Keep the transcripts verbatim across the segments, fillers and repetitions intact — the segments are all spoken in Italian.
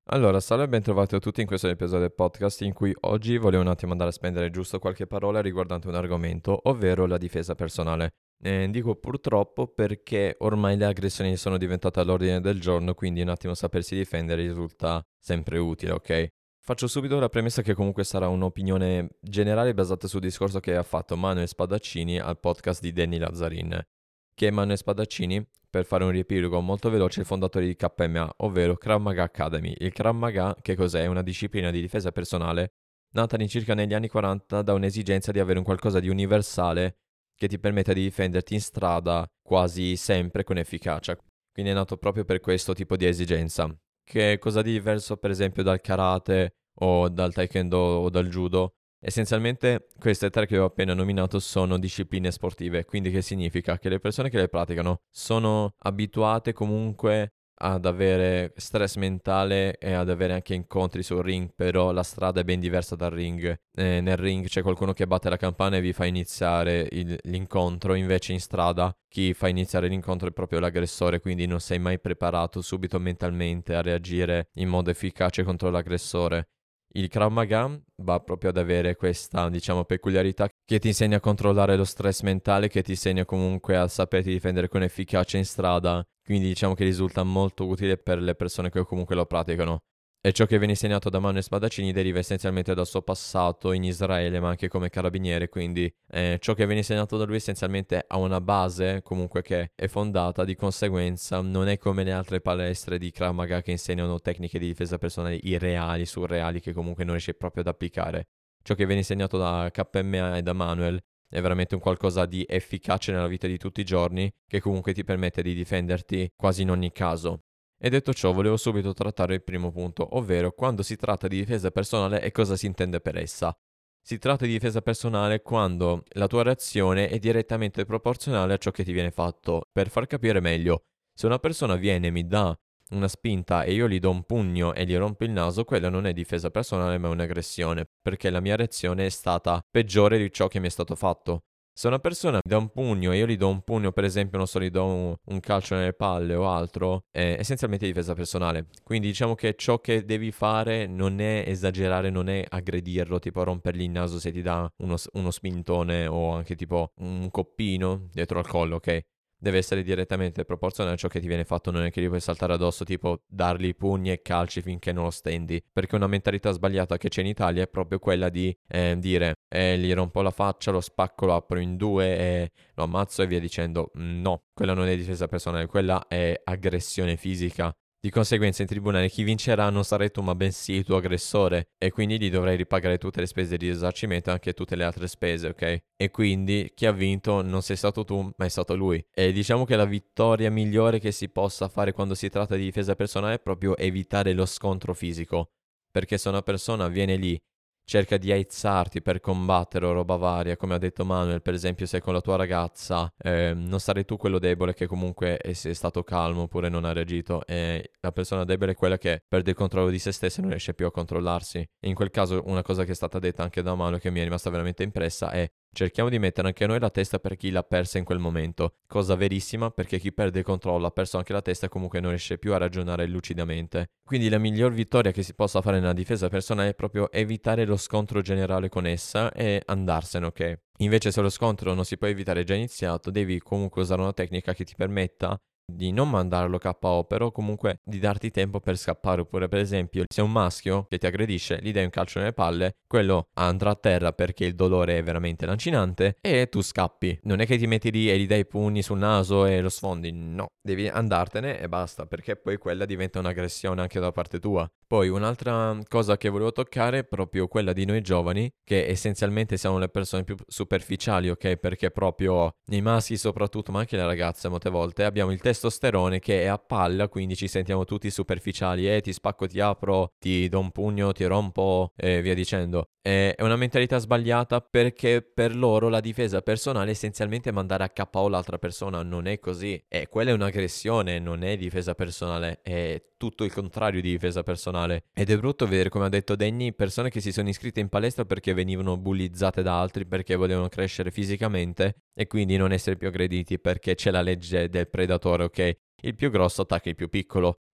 Allora, salve e ben trovati a tutti in questo episodio del podcast in cui oggi volevo un attimo andare a spendere giusto qualche parola riguardante un argomento, ovvero la difesa personale. Eh, dico purtroppo perché ormai le aggressioni sono diventate all'ordine del giorno, quindi un attimo sapersi difendere risulta sempre utile, ok? Faccio subito la premessa che comunque sarà un'opinione generale basata sul discorso che ha fatto Manuel Spadaccini al podcast di Danny Lazzarin. Che è Manuel Spadaccini, per fare un riepilogo molto veloce, è il fondatore di K M A, ovvero Krav Maga Academy. Il Krav Maga, che cos'è? È una disciplina di difesa personale nata all'incirca negli anni quaranta da un'esigenza di avere un qualcosa di universale che ti permetta di difenderti in strada quasi sempre con efficacia. Quindi è nato proprio per questo tipo di esigenza. Che è cosa di diverso per esempio dal karate o dal taekwondo o dal judo? Essenzialmente queste tre che ho appena nominato sono discipline sportive, quindi che significa che le persone che le praticano sono abituate comunque ad avere stress mentale e ad avere anche incontri sul ring, però la strada è ben diversa dal ring. Eh, nel ring c'è qualcuno che batte la campana e vi fa iniziare il- l'incontro, invece in strada chi fa iniziare l'incontro è proprio l'aggressore, quindi non sei mai preparato subito mentalmente a reagire in modo efficace contro l'aggressore. Il Krav Maga va proprio ad avere questa, diciamo, peculiarità che ti insegna a controllare lo stress mentale, che ti insegna comunque a saperti difendere con efficacia in strada, quindi diciamo che risulta molto utile per le persone che comunque lo praticano. E ciò che viene insegnato da Manuel Spadaccini deriva essenzialmente dal suo passato in Israele, ma anche come carabiniere, quindi eh, ciò che viene insegnato da lui essenzialmente ha una base comunque che è fondata, di conseguenza non è come le altre palestre di Krav Maga che insegnano tecniche di difesa personale irreali, surreali, che comunque non riesci proprio ad applicare. Ciò che viene insegnato da K M A e da Manuel è veramente un qualcosa di efficace nella vita di tutti i giorni, che comunque ti permette di difenderti quasi in ogni caso. E detto ciò, volevo subito trattare il primo punto, ovvero quando si tratta di difesa personale e cosa si intende per essa. Si tratta di difesa personale quando la tua reazione è direttamente proporzionale a ciò che ti viene fatto. Per far capire meglio, se una persona viene e mi dà una spinta e io gli do un pugno e gli rompo il naso, quella non è difesa personale ma è un'aggressione, perché la mia reazione è stata peggiore di ciò che mi è stato fatto. Se una persona mi dà un pugno e io gli do un pugno, per esempio, non so, gli do un, un calcio nelle palle o altro, è essenzialmente difesa personale. Quindi diciamo che ciò che devi fare non è esagerare, non è aggredirlo, tipo rompergli il naso se ti dà uno, uno spintone o anche tipo un coppino dietro al collo, ok? Deve essere direttamente proporzionale a ciò che ti viene fatto, non è che gli puoi saltare addosso, tipo dargli pugni e calci finché non lo stendi. Perché una mentalità sbagliata che c'è in Italia è proprio quella di eh, dire eh, gli rompo la faccia, lo spacco, lo apro in due e lo ammazzo e via dicendo. No, quella non è difesa personale, quella è aggressione fisica. Di conseguenza in tribunale chi vincerà non sarai tu ma bensì il tuo aggressore e quindi gli dovrai ripagare tutte le spese di risarcimento e anche tutte le altre spese, ok? E quindi chi ha vinto non sei stato tu ma è stato lui. E diciamo che la vittoria migliore che si possa fare quando si tratta di difesa personale è proprio evitare lo scontro fisico. Perché se una persona viene lì, cerca di aizzarti per combattere o roba varia, come ha detto Manuel, per esempio se con la tua ragazza eh, non sarai tu quello debole che comunque è, è stato calmo oppure non ha reagito, e la persona debole è quella che perde il controllo di se stessa e non riesce più a controllarsi. E in quel caso una cosa che è stata detta anche da Manuel che mi è rimasta veramente impressa è: cerchiamo di mettere anche noi la testa per chi l'ha persa in quel momento, cosa verissima perché chi perde il controllo ha perso anche la testa e comunque non riesce più a ragionare lucidamente. Quindi la miglior vittoria che si possa fare nella difesa personale è proprio evitare lo scontro generale con essa e andarsene, ok? Invece se lo scontro non si può evitare, è già iniziato, devi comunque usare una tecnica che ti permetta di non mandarlo K O, però comunque di darti tempo per scappare. Oppure per esempio se un maschio che ti aggredisce gli dai un calcio nelle palle, quello andrà a terra perché il dolore è veramente lancinante e tu scappi. Non è che ti metti lì e gli dai pugni sul naso e lo sfondi, no, devi andartene e basta, perché poi quella diventa un'aggressione anche da parte tua. Poi un'altra cosa che volevo toccare è proprio quella di noi giovani, che essenzialmente siamo le persone più superficiali, ok? Perché proprio i maschi soprattutto, ma anche le ragazze molte volte, abbiamo il testosterone che è a palla, quindi ci sentiamo tutti superficiali, eh ti spacco, ti apro, ti do un pugno, ti rompo e via dicendo. È una mentalità sbagliata perché per loro la difesa personale è essenzialmente mandare a K O l'altra persona, non è così. E quella è un'aggressione, non è difesa personale, è tutto il contrario di difesa personale. Ed è brutto vedere, come ha detto Danny, persone che si sono iscritte in palestra perché venivano bullizzate da altri, perché volevano crescere fisicamente e quindi non essere più aggrediti perché c'è la legge del predatore, ok? Il più grosso attacca il più piccolo.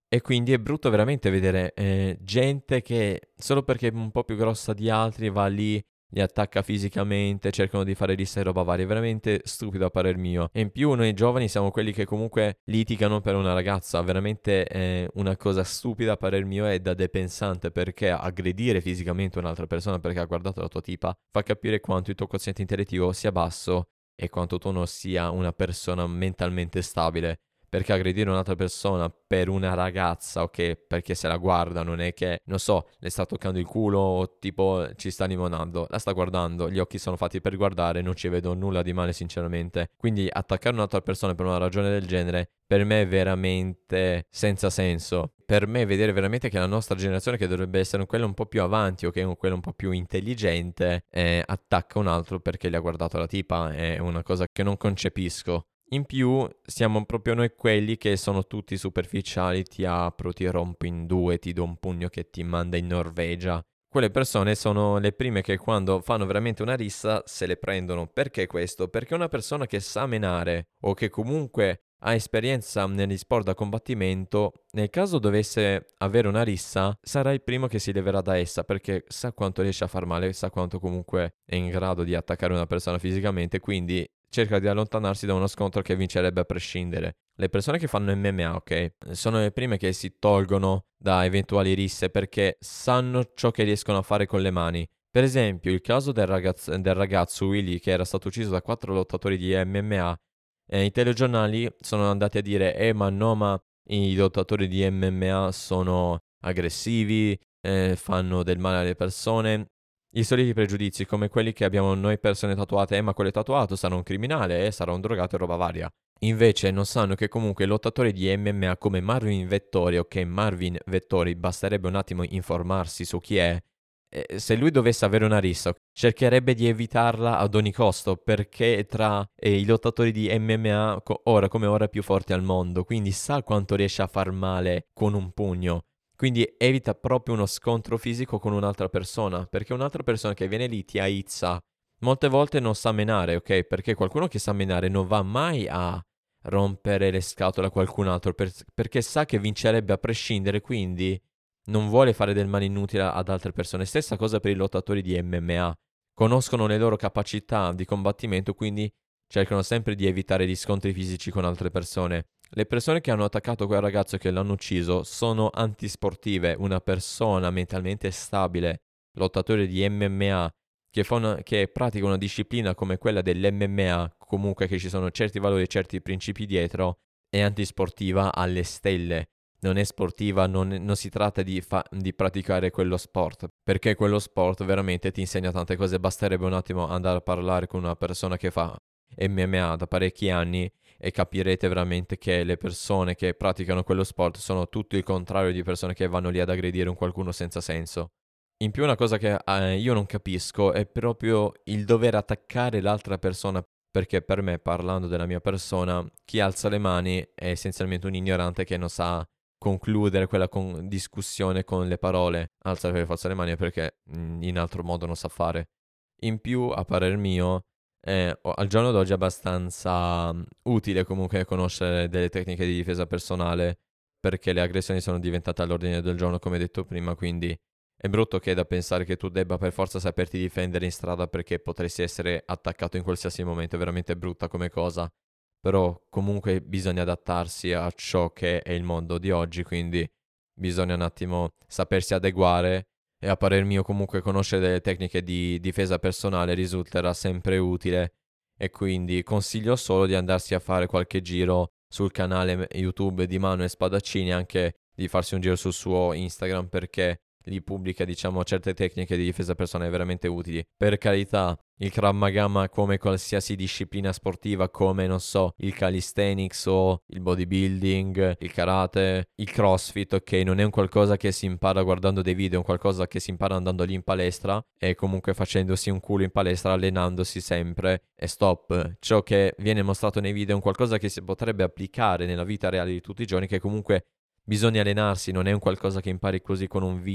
E quindi è brutto veramente vedere eh, gente che solo perché è un po' più grossa di altri va lì, li attacca fisicamente, cercano di fare lista e roba varia. È veramente stupido a parer mio. E in più noi giovani siamo quelli che comunque litigano per una ragazza. Veramente è una cosa stupida a parer mio e da depensante, perché aggredire fisicamente un'altra persona perché ha guardato la tua tipa fa capire quanto il tuo quoziente intellettivo sia basso e quanto tu non sia una persona mentalmente stabile. Perché aggredire un'altra persona per una ragazza, ok? Perché se la guarda, non è che, non so, le sta toccando il culo o tipo ci sta limonando. La sta guardando, gli occhi sono fatti per guardare, non ci vedo nulla di male sinceramente. Quindi attaccare un'altra persona per una ragione del genere, per me è veramente senza senso. Per me vedere veramente che la nostra generazione, che dovrebbe essere quella un po' più avanti, ok? Quella un po' più intelligente, eh, attacca un altro perché gli ha guardato la tipa, è una cosa che non concepisco. In più siamo proprio noi quelli che sono tutti superficiali, ti apro, ti rompo in due, ti do un pugno che ti manda in Norvegia. Quelle persone sono le prime che quando fanno veramente una rissa se le prendono. Perché questo? Perché una persona che sa menare o che comunque ha esperienza negli sport da combattimento, nel caso dovesse avere una rissa, sarà il primo che si leverà da essa perché sa quanto riesce a far male, sa quanto comunque è in grado di attaccare una persona fisicamente, quindi cerca di allontanarsi da uno scontro che vincerebbe a prescindere. Le persone che fanno M M A, ok, sono le prime che si tolgono da eventuali risse perché sanno ciò che riescono a fare con le mani. Per esempio, il caso del ragazzo, del ragazzo Willy che era stato ucciso da quattro lottatori di M M A, eh, i telegiornali sono andati a dire, eh ma no, ma i lottatori di M M A sono aggressivi, eh, fanno del male alle persone. I soliti pregiudizi, come quelli che abbiamo noi persone tatuate, eh ma quello è tatuato sarà un criminale, eh sarà un drogato e roba varia. Invece non sanno che comunque i lottatori di M M A come Marvin Vettori, ok, Marvin Vettori, basterebbe un attimo informarsi su chi è, eh, se lui dovesse avere una rissa, cercherebbe di evitarla ad ogni costo, perché tra eh, i lottatori di M M A, co- ora come ora più forti al mondo, quindi sa quanto riesce a far male con un pugno. Quindi evita proprio uno scontro fisico con un'altra persona, perché un'altra persona che viene lì ti aizza. Molte volte non sa menare, ok? Perché qualcuno che sa menare non va mai a rompere le scatole a qualcun altro, per- perché sa che vincerebbe a prescindere, quindi non vuole fare del male inutile ad altre persone. Stessa cosa per i lottatori di M M A. Conoscono le loro capacità di combattimento, quindi cercano sempre di evitare gli scontri fisici con altre persone. Le persone che hanno attaccato quel ragazzo e che l'hanno ucciso sono antisportive. Una persona mentalmente stabile, lottatore di M M A, che, fa una, che pratica una disciplina come quella dell'M M A, comunque che ci sono certi valori e certi principi dietro, è antisportiva alle stelle. Non è sportiva, non, non si tratta di, fa- di praticare quello sport, perché quello sport veramente ti insegna tante cose. Basterebbe un attimo andare a parlare con una persona che fa M M A da parecchi anni e capirete veramente che le persone che praticano quello sport sono tutto il contrario di persone che vanno lì ad aggredire un qualcuno senza senso. In più una cosa che eh, io non capisco è proprio il dover attaccare l'altra persona, perché per me, parlando della mia persona, chi alza le mani è essenzialmente un ignorante che non sa concludere quella con- discussione con le parole. Alza per forza le mani perché mm, in altro modo non sa fare. In più, a parer mio, eh, o- al giorno d'oggi è abbastanza mm, utile comunque conoscere delle tecniche di difesa personale, perché le aggressioni sono diventate all'ordine del giorno, come detto prima, quindi è brutto che è da pensare che tu debba per forza saperti difendere in strada perché potresti essere attaccato in qualsiasi momento, è veramente brutta come cosa. Però comunque bisogna adattarsi a ciò che è il mondo di oggi, quindi bisogna un attimo sapersi adeguare e a parer mio comunque conoscere delle tecniche di difesa personale risulterà sempre utile e quindi consiglio solo di andarsi a fare qualche giro sul canale YouTube di Manuel Spadaccini, anche di farsi un giro sul suo Instagram perché lì pubblica diciamo certe tecniche di difesa personale veramente utili. Per carità, il Krav Maga come qualsiasi disciplina sportiva come non so il calisthenics o il bodybuilding, il karate, il crossfit, ok, non è un qualcosa che si impara guardando dei video, è un qualcosa che si impara andando lì in palestra e comunque facendosi un culo in palestra, allenandosi sempre e stop. Ciò che viene mostrato nei video è un qualcosa che si potrebbe applicare nella vita reale di tutti i giorni, che comunque bisogna allenarsi, non è un qualcosa che impari così con un video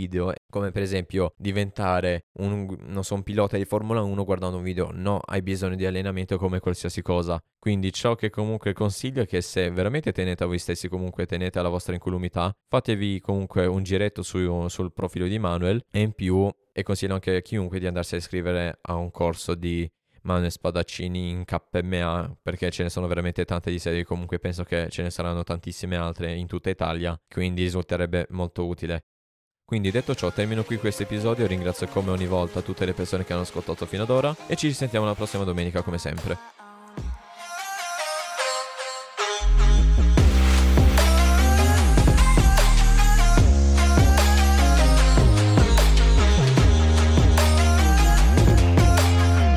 come per esempio diventare un, non so, un pilota di Formula uno guardando un video. No, hai bisogno di allenamento come qualsiasi cosa. Quindi ciò che comunque consiglio è che se veramente tenete a voi stessi, comunque tenete alla vostra incolumità, fatevi comunque un giretto su, sul profilo di Manuel, e in più, e consiglio anche a chiunque di andarsi a iscrivere a un corso di Manuel Spadaccini in K M A, perché ce ne sono veramente tante di serie, comunque penso che ce ne saranno tantissime altre in tutta Italia, quindi risulterebbe molto utile. Quindi detto ciò, termino qui questo episodio, ringrazio come ogni volta tutte le persone che hanno ascoltato fino ad ora e ci risentiamo la prossima domenica come sempre.